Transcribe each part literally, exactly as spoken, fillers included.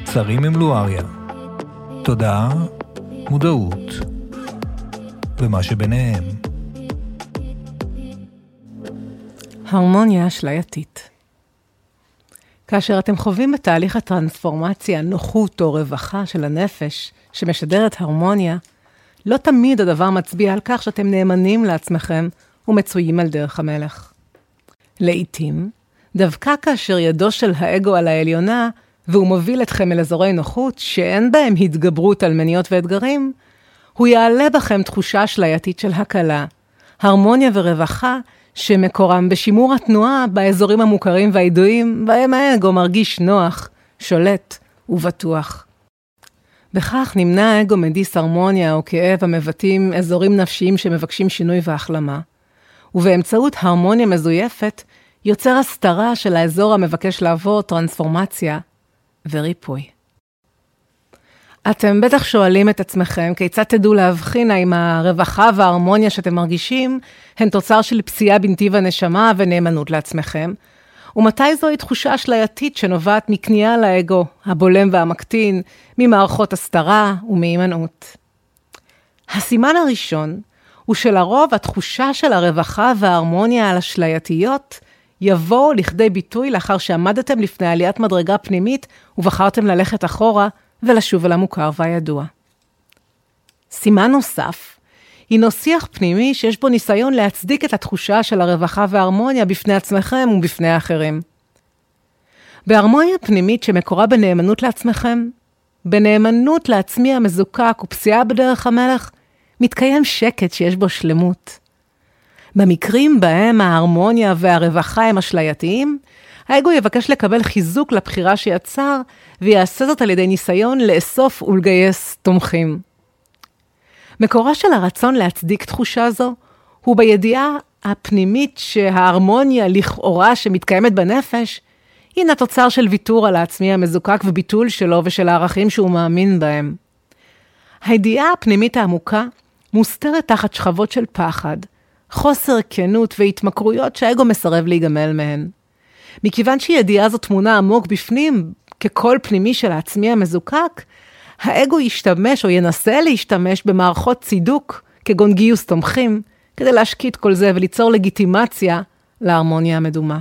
צרים עם לואריה. תודעה, מודעות, ומה שביניהם. הרמוניה אשלייתית. כאשר אתם חווים בתהליך הטרנספורמציה, נוחות או רווחה של הנפש שמשדרת הרמוניה, לא תמיד הדבר מצביע על כך שאתם נאמנים לעצמכם ומצויים על דרך המלך. לעתים, דווקא כאשר ידו של האגו על העליונה, והוא מוביל אתכם אל אזורי נוחות שאין בהם התגברות על מניות ואתגרים, הוא יעלה בכם תחושה אשלייתית של הקלה, הרמוניה ורווחה שמקורם בשימור התנועה באזורים המוכרים והידועים, בהם האגו מרגיש נוח, שולט ובטוח. בכך נמנע האגו מדיסהרמוניה או כאב המבטאים אזורים נפשיים שמבקשים שינוי והחלמה, ובאמצעות הרמוניה מזויפת יוצר הסתרה של האזור המבקש לעבור טרנספורמציה וריפוי. אתם בטח שואלים את עצמכם כיצד תדעו להבחין האם הרווחה וההרמוניה שאתם מרגישים הן תוצר של פסיעה בנתיב הנשמה ונאמנות לעצמכם, ומתי זוהי תחושה אשלייתית שנובעת מכניעה לאגו, הבולם והמקטין, ממערכות הסתרה ומהימנעות. הסימן הראשון הוא שלרוב התחושה של הרווחה וההרמוניה על אשלייתיות יבואו לכדי ביטוי לאחר שעמדתם לפני עליית מדרגה פנימית ובחרתם ללכת אחורה ולשוב אל המוכר והידוע. סימן נוסף הינו שיח פנימי שיש בו ניסיון להצדיק את התחושה של הרווחה וההרמוניה בפני עצמכם ובפני האחרים. בהרמוניה פנימית שמקורה בנאמנות לעצמכם, בנאמנות לעצמי המזוקק ופסיעה בדרך המלך, מתקיים שקט שיש בו שלמות. במקרים בהם ההרמוניה והרווחה הם אשלייתיים, האגו יבקש לקבל חיזוק לבחירה שיצר, ויעשה זאת על ידי ניסיון לאסוף ולגייס תומכים. מקורה של הרצון להצדיק תחושה זו, הוא בידיעה הפנימית שההרמוניה לכאורה שמתקיימת בנפש, הינה תוצר של ויתור על העצמי המזוקק וביטול שלו ושל הערכים שהוא מאמין בהם. הידיעה הפנימית העמוקה מוסתרת תחת שכבות של פחד, חוסר כנות והתמכרויות שהאגו מסרב להיגמל מהן. מכיוון שידיעה זו תמונה עמוק בפנים, ככל פנימי של העצמי המזוקק, האגו ישתמש או ינסה להשתמש במערכות צידוק, כגון גיוס תומכים, כדי להשקיט כל זה וליצור לגיטימציה להרמוניה המדומה.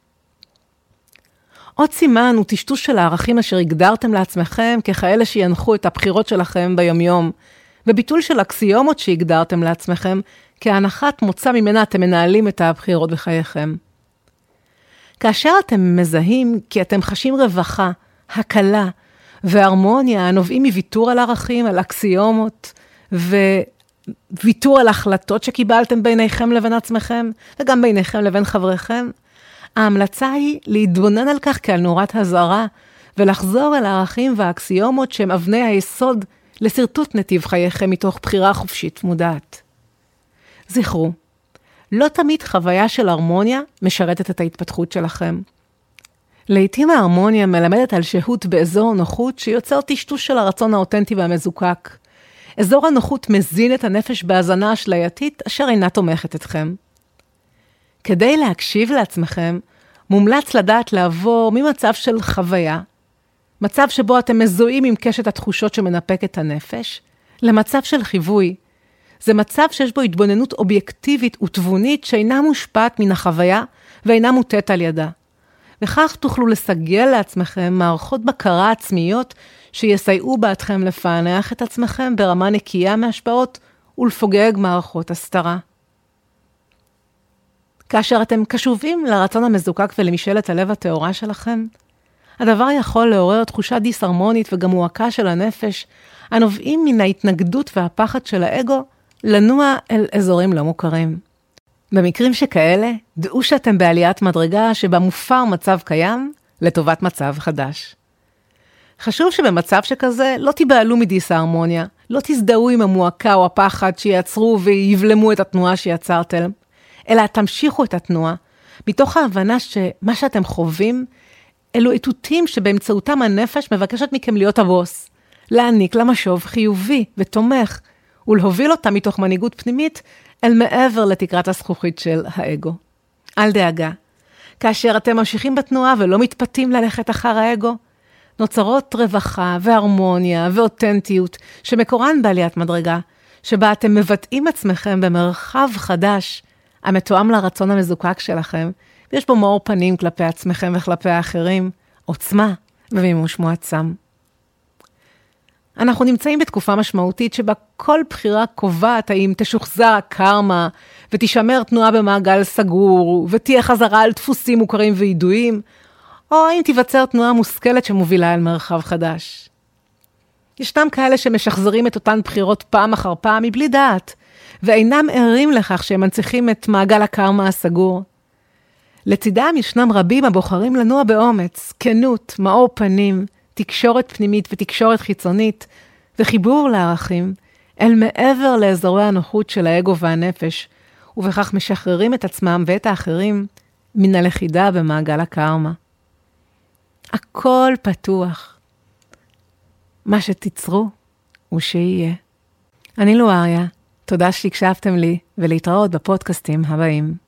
עוד סימן הוא טשטוש של הערכים אשר הגדרתם לעצמכם ככאלה שינחו את הבחירות שלכם ביומיום, וביטול של אקסיומות שהגדרתם לעצמכם כהנחת מוצא ממנה אתם מנהלים את הבחירות בחייכם. כאשר אתם מזהים כי אתם חשים רווחה, הקלה והרמוניה הנובעים מוויתור על ערכים, על אקסיומות וויתור על החלטות שקיבלתם ביניכם לבין עצמכם וגם ביניכם לבין חבריכם, ההמלצה היא להתבונן על כך כעל נורת הזרה ולחזור אל הערכים והאקסיומות שהם אבני היסוד לסרטוט נתיב חייכם מתוך בחירה חופשית מודעת. זכרו, לא תמיד חוויה של הרמוניה משרתת את ההתפתחות שלכם. לעתים ההרמוניה מלמדת על שהות באזור נוחות שיוצר טשטוש של הרצון האותנטי והמזוקק. אזור הנוחות מזין את הנפש בהזנה אשלייתית אשר אינה תומכת אתכם. כדי להקשיב לעצמכם, מומלץ לדעת לעבור ממצב של חוויה, מצב שבו אתם מזוהים עם קשת התחושות שמנפק את הנפש, למצב של חיווי. זה מצב שיש בו התבוננות אובייקטיבית ותבונית שאינה מושפעת מן החוויה ואינה מוטט על ידה. וכך תוכלו לסגל לעצמכם מערכות בקרה עצמיות שיסייעו בעדכם לפענח את עצמכם ברמה נקייה מהשפעות ולפוגג מערכות הסתרה. כאשר אתם קשובים לרצון המזוקק ולמשאלת הלב הטהורה שלכם, הדבר יכול לעורר תחושה דיסהרמונית וגם מועקה של הנפש, הנובעים מן ההתנגדות והפחד של האגו לנוע אל אזורים לא מוכרים. במקרים שכאלה, דעו שאתם בעליית מדרגה שבה מופר מצב קיים לטובת מצב חדש. חשוב שבמצב שכזה לא תיבעלו מדיסהרמוניה, לא תזדהו עם המועקה או הפחד שיעצרו ויבלמו את התנועה שיצרתם, אלא תמשיכו את התנועה, מתוך ההבנה שמה שאתם חווים, אלו איתותים שבאמצעותם הנפש מבקשת מכם להיות הבוס, להעניק למשוב חיובי ותומך, ולהוביל אותה מתוך מנהיגות פנימית אל מעבר לתקרת הזכוכית של האגו. אל דאגה, כאשר אתם ממשיכים בתנועה ולא מתפתים ללכת אחר האגו, נוצרות רווחה והרמוניה ואותנטיות שמקורן בעליית מדרגה, שבה אתם מבטאים עצמכם במרחב חדש, המתואם לרצון המזוקק שלכם, ויש בו מאור פנים כלפי עצמכם וכלפי האחרים, עוצמה ומימוש מועצם. אנחנו נמצאים בתקופה משמעותית שבה כל בחירה קובעת האם תשוחזר הקרמה ותשמר תנועה במעגל סגור ותהיה חזרה על דפוסים מוכרים וידועים, או האם תיווצר תנועה מושכלת שמובילה אל מרחב חדש. ישנם כאלה שמשחזרים את אותן בחירות פעם אחר פעם מבלי דעת, ואינם ערים לכך שהם מנציחים את מעגל הקרמה הסגור. לצידם ישנם רבים הבוחרים לנוע באומץ, כנות, מאור פנים, תקשורת פנימית ותקשורת חיצונית, וחיבור לערכים, אל מעבר לאזורי הנוחות של האגו והנפש, ובכך משחררים את עצמם ואת האחרים מן הלכידה במעגל הקרמה. הכל פתוח. מה שתיצרו הוא שיהיה. אני לואריה, תודה שהקשבתם לי, ולהתראות בפודקאסטים הבאים.